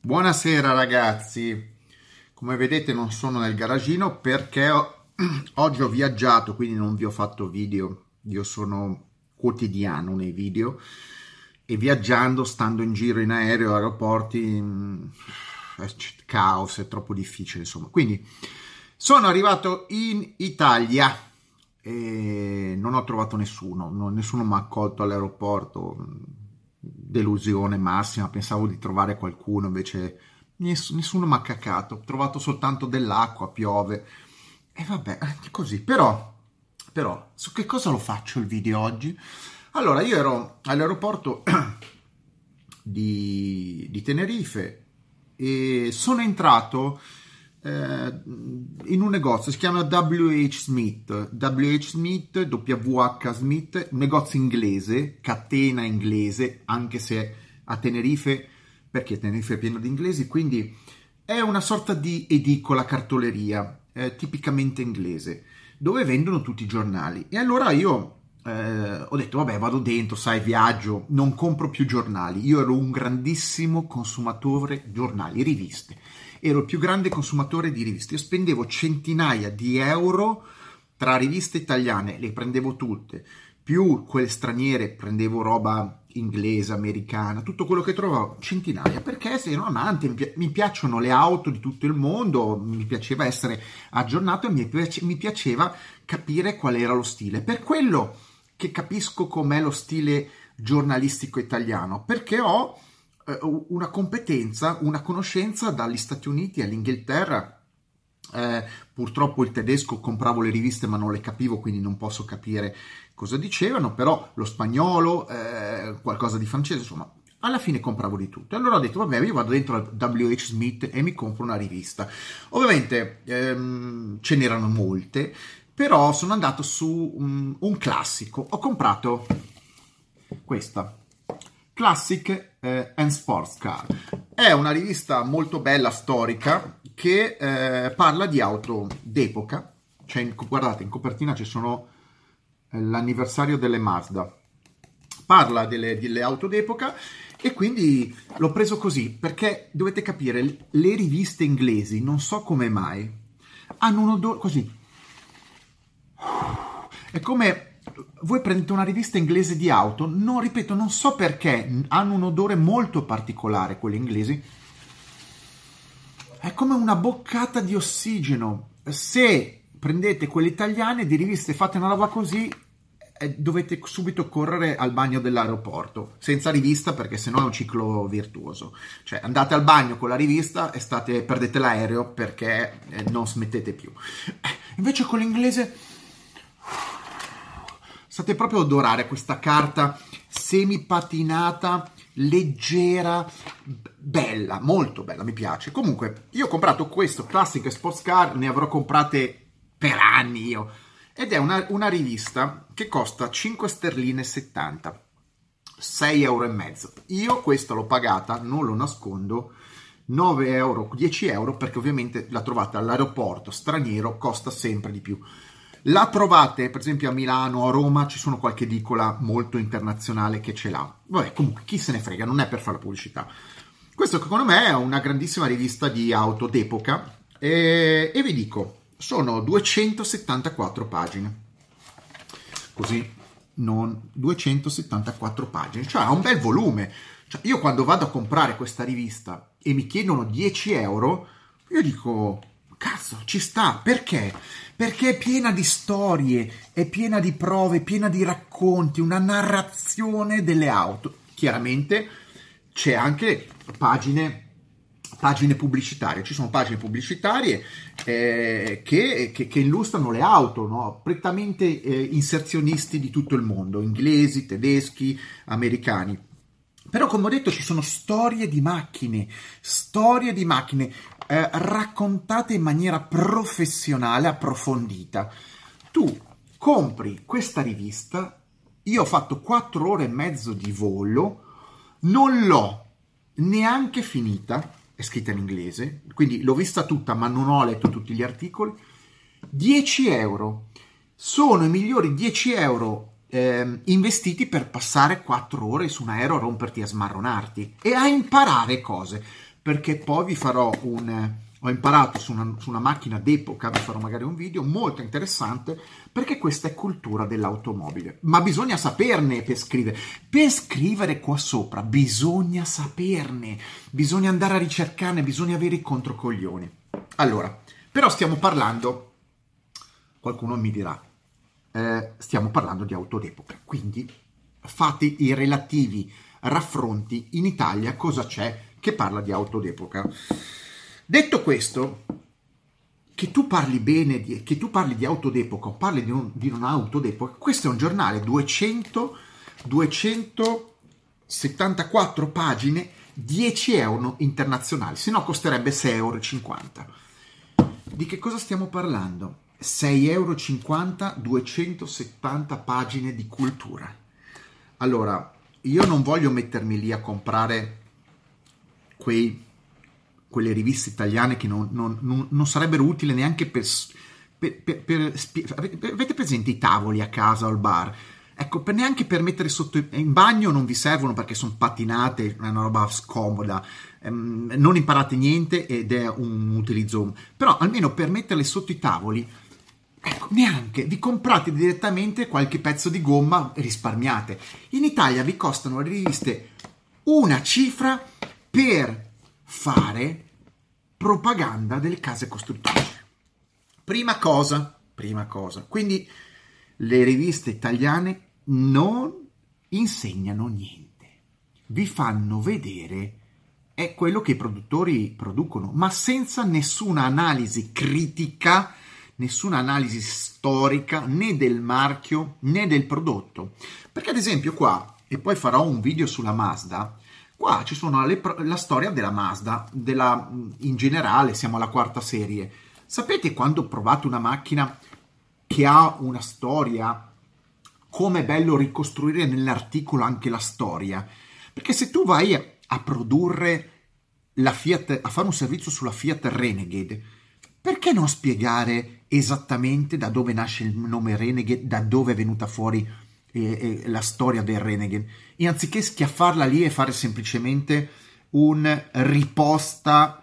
Buonasera ragazzi, come vedete non sono nel garagino perché oggi ho viaggiato, quindi non vi ho fatto video, io sono quotidiano nei video e viaggiando, stando in giro in aereo, aeroporti, c'è caos, è troppo difficile insomma. Quindi sono arrivato in Italia e non ho trovato nessuno, nessuno mi ha accolto all'aeroporto. Delusione massima, pensavo di trovare qualcuno, invece nessuno mi ha cacato, ho trovato soltanto dell'acqua, piove e vabbè, così. Però, su che cosa lo faccio il video oggi? Allora, io ero all'aeroporto di Tenerife e sono entrato in un negozio, si chiama WH Smith, WH Smith, un negozio inglese, catena inglese, anche se a Tenerife, perché Tenerife è pieno di inglesi, quindi è una sorta di edicola, cartoleria, tipicamente inglese, dove vendono tutti i giornali. E allora io ho detto, vabbè, vado dentro, sai, viaggio, non compro più giornali. Io ero un grandissimo consumatore di giornali, riviste. Ero il più grande consumatore di riviste. Io spendevo centinaia di euro tra riviste italiane, le prendevo tutte, più quelle straniere, prendevo roba inglese, americana, tutto quello che trovavo, centinaia, perché ero amante, mi piacciono le auto di tutto il mondo, mi piaceva essere aggiornato e mi piaceva capire qual era lo stile. Per quello che capisco com'è lo stile giornalistico italiano, perché ho una competenza, una conoscenza dagli Stati Uniti all'Inghilterra. Purtroppo il tedesco compravo le riviste ma non le capivo, quindi non posso capire cosa dicevano, però lo spagnolo, qualcosa di francese, insomma, alla fine compravo di tutto. Allora ho detto, vabbè, io vado dentro al WH Smith e mi compro una rivista. Ovviamente ce n'erano molte, però sono andato su un classico. Ho comprato questa. Classic and Sports Car. È una rivista molto bella, storica, che parla di auto d'epoca. Guardate, in copertina ci sono l'anniversario delle Mazda. Parla delle auto d'epoca e quindi l'ho preso così, perché dovete capire, le riviste inglesi, non so come mai, hanno un odore così. È come voi prendete una rivista inglese di auto, non so perché, hanno un odore molto particolare quelli inglesi, è come una boccata di ossigeno. Se prendete quelle italiane di riviste e fate una roba così, dovete subito correre al bagno dell'aeroporto, senza rivista, perché sennò è un ciclo virtuoso. Cioè andate al bagno con la rivista e perdete l'aereo, perché non smettete più. Invece con l'inglese state proprio ad odorare questa carta semipatinata, leggera, bella, molto bella, mi piace. Comunque, io ho comprato questo Classic Sports Car, ne avrò comprate per anni io, ed è una rivista che costa 5 sterline 70, 6,5 euro. Io questa l'ho pagata, non lo nascondo, 9 euro, 10 euro, perché ovviamente la trovate all'aeroporto straniero, costa sempre di più. La trovate, per esempio, a Milano, a Roma, ci sono qualche edicola molto internazionale che ce l'ha. Vabbè, comunque, chi se ne frega, non è per fare la pubblicità. Questo, secondo me, è una grandissima rivista di auto d'epoca e vi dico, sono 274 pagine. Così, non 274 pagine, cioè ha un bel volume. Cioè, io quando vado a comprare questa rivista e mi chiedono 10 euro, io dico, cazzo, ci sta, perché? Perché è piena di storie, è piena di prove, è piena di racconti, una narrazione delle auto. Chiaramente c'è anche pagine pubblicitarie, ci sono pagine pubblicitarie che illustrano le auto, no? Prettamente inserzionisti di tutto il mondo, inglesi, tedeschi, americani. Però, come ho detto, ci sono storie di macchine raccontate in maniera professionale, approfondita. Tu compri questa rivista, io ho fatto 4 ore e mezzo di volo, non l'ho neanche finita, è scritta in inglese, quindi l'ho vista tutta ma non ho letto tutti gli articoli. 10 euro, sono i migliori 10 euro investiti per passare 4 ore su un aereo a romperti e a smarronarti e a imparare cose. perché poi vi farò ho imparato su una macchina d'epoca, vi farò magari un video molto interessante, perché questa è cultura dell'automobile. Ma bisogna saperne per scrivere. Per scrivere qua sopra bisogna saperne, bisogna andare a ricercarne, bisogna avere i controcoglioni. Allora, però stiamo parlando, qualcuno mi dirà, stiamo parlando di auto d'epoca, quindi fate i relativi raffronti in Italia cosa c'è che parla di auto d'epoca. Detto questo, che tu parli bene, che tu parli di auto d'epoca o parli di un'auto d'epoca, questo è un giornale, 274 pagine, 10 euro internazionali, se no costerebbe 6,50 euro. Di che cosa stiamo parlando? 6,50 euro, 270 pagine di cultura. Allora, io non voglio mettermi lì a comprare quelle riviste italiane che non sarebbero utili neanche avete presente i tavoli a casa o al bar? Ecco, neanche per mettere sotto in bagno non vi servono perché sono patinate, è una roba scomoda, non imparate niente ed è un utilizzo, però almeno per metterle sotto i tavoli, ecco, neanche, vi comprate direttamente qualche pezzo di gomma e risparmiate. In Italia vi costano le riviste una cifra per fare propaganda delle case costruttrici. Prima cosa, quindi le riviste italiane non insegnano niente, vi fanno vedere è quello che i produttori producono, ma senza nessuna analisi critica, nessuna analisi storica né del marchio né del prodotto. Perché ad esempio qua, e poi farò un video sulla Mazda, qua ci sono la storia della Mazda, in generale siamo alla 4ª serie. Sapete quando provate una macchina che ha una storia, come è bello ricostruire nell'articolo anche la storia? Perché se tu vai a produrre la Fiat, a fare un servizio sulla Fiat Renegade, perché non spiegare esattamente da dove nasce il nome Renegade, da dove è venuta fuori la storia del Renegade, e anziché schiaffarla lì e fare semplicemente un riposta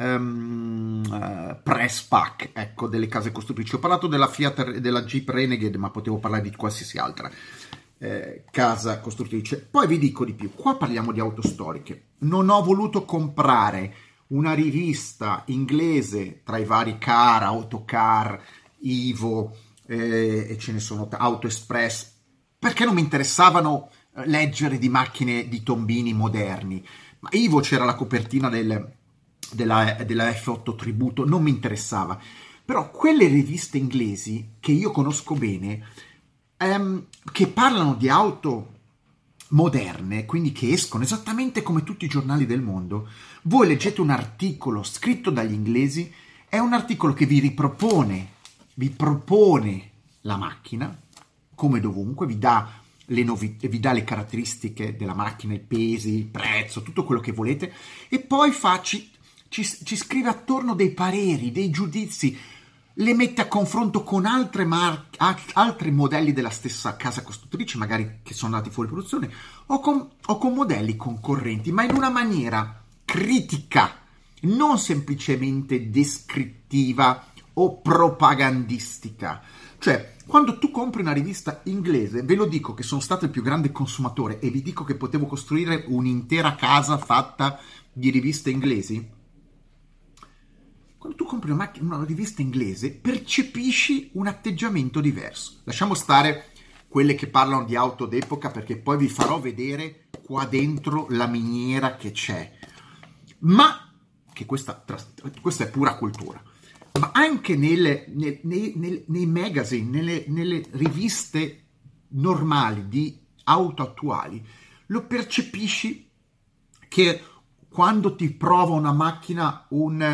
press pack, ecco, delle case costruttrici. Ho parlato della Fiat, della Jeep Renegade, ma potevo parlare di qualsiasi altra casa costruttrice. Poi vi dico di più, qua parliamo di auto storiche. Non ho voluto comprare una rivista inglese tra i vari Car, Autocar, Ivo e ce ne sono, Auto Express, perché non mi interessavano leggere di macchine di tombini moderni. Ma Ivo c'era la copertina della F8 Tributo, non mi interessava. Però quelle riviste inglesi che io conosco bene, che parlano di auto moderne, quindi che escono esattamente come tutti i giornali del mondo, voi leggete un articolo scritto dagli inglesi, è un articolo che vi propone la macchina, come dovunque, vi dà le caratteristiche della macchina, i pesi, il prezzo, tutto quello che volete, e poi ci scrive attorno dei pareri, dei giudizi, le mette a confronto con altri modelli della stessa casa costruttrice, magari che sono andati fuori produzione, o con modelli concorrenti, ma in una maniera critica, non semplicemente descrittiva o propagandistica. Cioè, quando tu compri una rivista inglese, ve lo dico che sono stato il più grande consumatore e vi dico che potevo costruire un'intera casa fatta di riviste inglesi. Quando tu compri una rivista inglese, percepisci un atteggiamento diverso. Lasciamo stare quelle che parlano di auto d'epoca, perché poi vi farò vedere qua dentro la miniera che c'è. Ma, che questa è pura cultura, ma anche nei magazine, nelle riviste normali di auto attuali, lo percepisci che quando ti prova una macchina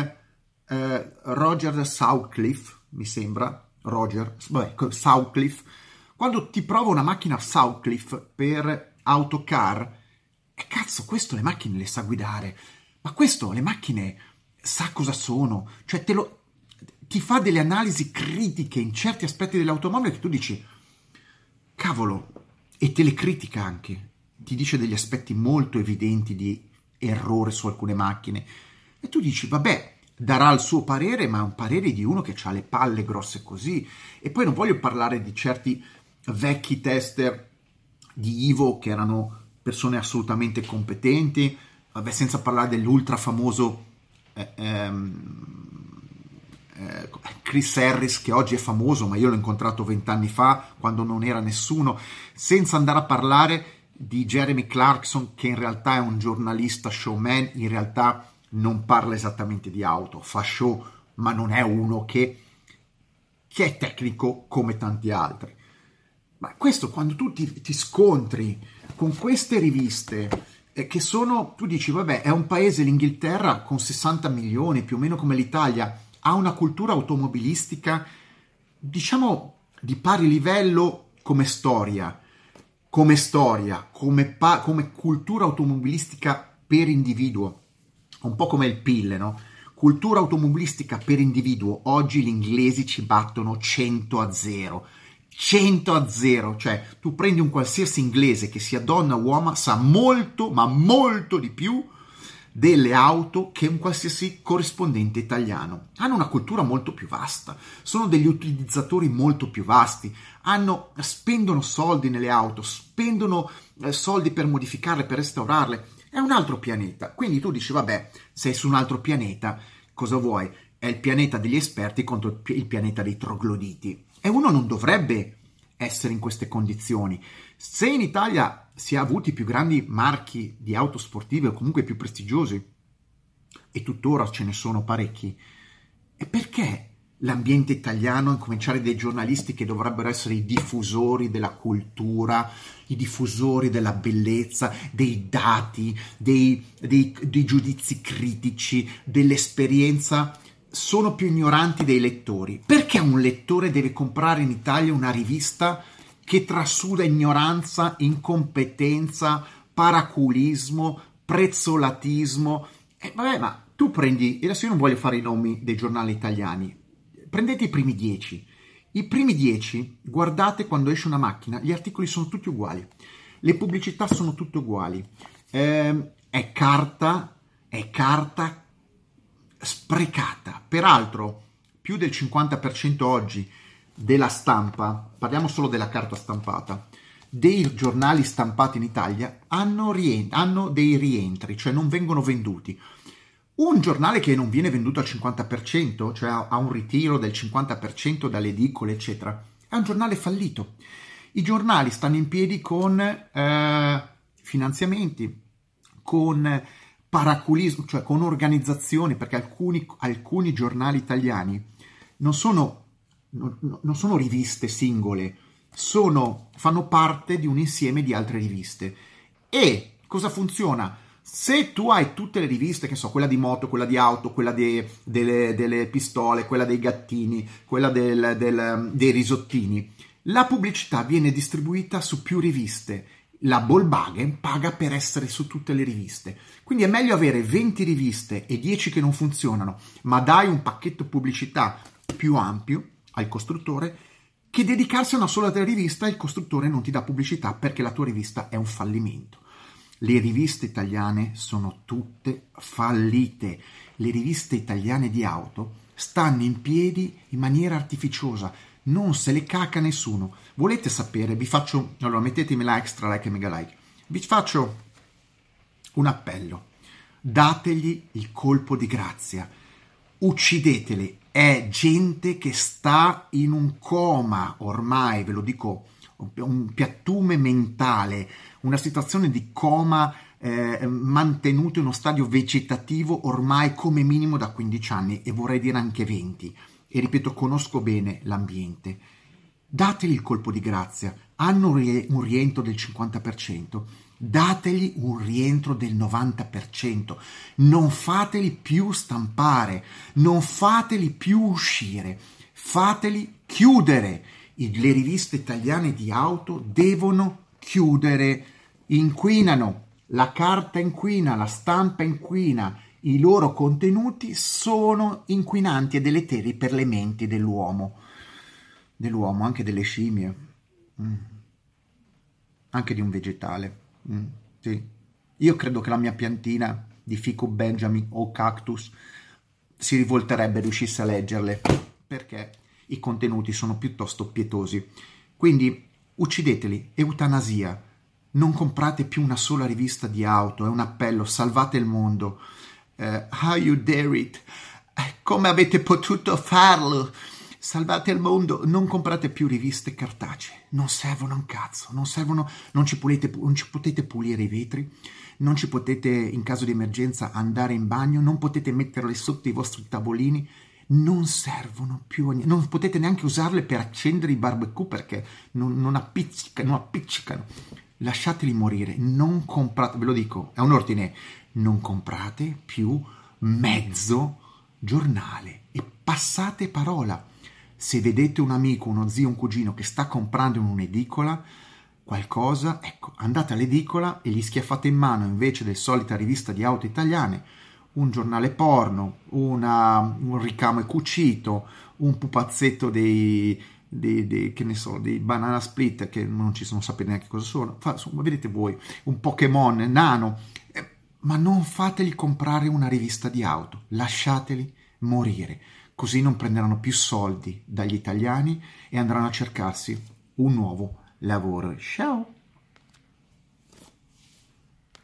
Roger Sutcliffe, mi sembra, Sutcliffe, quando ti prova una macchina Sutcliffe per Autocar, cazzo, questo le macchine le sa guidare, ma questo le macchine sa cosa sono, cioè ti fa delle analisi critiche in certi aspetti dell'automobile che tu dici, cavolo, e te le critica anche, ti dice degli aspetti molto evidenti di errore su alcune macchine. E tu dici, vabbè, darà il suo parere, ma è un parere di uno che ha le palle grosse così. E poi non voglio parlare di certi vecchi tester di Ivo che erano persone assolutamente competenti, vabbè, senza parlare dell'ultra famoso Chris Harris, che oggi è famoso, ma io l'ho incontrato 20 anni fa quando non era nessuno, senza andare a parlare di Jeremy Clarkson, che in realtà è un giornalista showman, in realtà non parla esattamente di auto, fa show, ma non è uno che è tecnico come tanti altri. Ma questo, quando tu ti scontri con queste riviste che sono, tu dici, vabbè, è un paese, l'Inghilterra, con 60 milioni, più o meno come l'Italia, ha una cultura automobilistica, diciamo, di pari livello come storia, come cultura automobilistica per individuo, un po' come il PIL, no? Cultura automobilistica per individuo, oggi gli inglesi ci battono 100-0. 100-0, cioè tu prendi un qualsiasi inglese che sia donna o uomo, sa molto, ma molto di più delle auto che un qualsiasi corrispondente italiano. Hanno una cultura molto più vasta, sono degli utilizzatori molto più vasti, spendono soldi nelle auto, spendono soldi per modificarle, per restaurarle. È un altro pianeta. Quindi tu dici, vabbè, sei su un altro pianeta, cosa vuoi? È il pianeta degli esperti contro il pianeta dei trogloditi. E uno non dovrebbe essere in queste condizioni. Se in Italia si è avuti i più grandi marchi di auto sportive o comunque più prestigiosi, e tuttora ce ne sono parecchi, e perché l'ambiente italiano, a cominciare dai giornalisti che dovrebbero essere i diffusori della cultura, i diffusori della bellezza, dei dati, dei giudizi critici, dell'esperienza, sono più ignoranti dei lettori? Perché un lettore deve comprare in Italia una rivista che trasuda ignoranza, incompetenza, paraculismo, prezzolatismo? Vabbè, ma tu prendi, e adesso io non voglio fare i nomi dei giornali italiani, prendete i primi 10. I primi 10, guardate quando esce una macchina, gli articoli sono tutti uguali, le pubblicità sono tutte uguali, è carta sprecata. Peraltro, più del 50% oggi della stampa, parliamo solo della carta stampata, dei giornali stampati in Italia hanno dei rientri, cioè non vengono venduti. Un giornale che non viene venduto al 50%, cioè ha un ritiro del 50% dalle edicole, eccetera, è un giornale fallito. I giornali stanno in piedi con finanziamenti, con paraculismo, cioè con organizzazioni, perché alcuni giornali italiani non sono riviste singole, fanno parte di un insieme di altre riviste. E cosa funziona? Se tu hai tutte le riviste, che so, quella di moto, quella di auto, quella delle pistole, quella dei gattini, quella dei risottini, la pubblicità viene distribuita su più riviste. La Volkswagen paga per essere su tutte le riviste. Quindi è meglio avere 20 riviste e 10 che non funzionano, ma dai un pacchetto pubblicità più ampio al costruttore, che dedicarsi a una sola rivista e il costruttore non ti dà pubblicità perché la tua rivista è un fallimento. Le riviste italiane sono tutte fallite. Le riviste italiane di auto stanno in piedi in maniera artificiosa, non se le caca nessuno. Volete sapere? Allora mettetemi la extra like e mega like. Vi faccio un appello. Dategli il colpo di grazia. Uccideteli. È gente che sta in un coma ormai, ve lo dico, un piattume mentale, una situazione di coma mantenuto in uno stadio vegetativo ormai come minimo da 15 anni e vorrei dire anche 20. E ripeto, conosco bene l'ambiente. Dategli il colpo di grazia. Hanno un rientro del 50%. Dategli un rientro del 90%. Non fateli più stampare. Non fateli più uscire. Fateli chiudere. Le riviste italiane di auto devono chiudere. Inquinano. La carta inquina, la stampa inquina. I loro contenuti sono inquinanti e deleteri per le menti dell'uomo, anche delle scimmie, anche di un vegetale. Sì. Io credo che la mia piantina di Fico Benjamin o Cactus si rivolterebbe riuscisse a leggerle, perché i contenuti sono piuttosto pietosi. Quindi uccideteli, eutanasia, non comprate più una sola rivista di auto, è un appello, salvate il mondo. How you dare it? Come avete potuto farlo? Salvate il mondo, non comprate più riviste cartacee, non servono un cazzo, non servono, non ci potete pulire i vetri, non ci potete in caso di emergenza andare in bagno, non potete metterle sotto i vostri tavolini, non servono più a niente, non potete neanche usarle per accendere i barbecue perché non appiccicano. Lasciateli morire, non comprate, ve lo dico, è un ordine, non comprate più mezzo giornale e passate parola. Se vedete un amico, uno zio, un cugino che sta comprando in un'edicola qualcosa, ecco, andate all'edicola e gli schiaffate in mano, invece del solita rivista di auto italiane, un giornale porno, un ricamo e cucito, un pupazzetto che ne so, dei Banana Split, che non ci sono, sapete neanche cosa sono, vedete voi, un Pokémon nano, ma non fategli comprare una rivista di auto, lasciateli morire, così non prenderanno più soldi dagli italiani e andranno a cercarsi un nuovo lavoro. Ciao!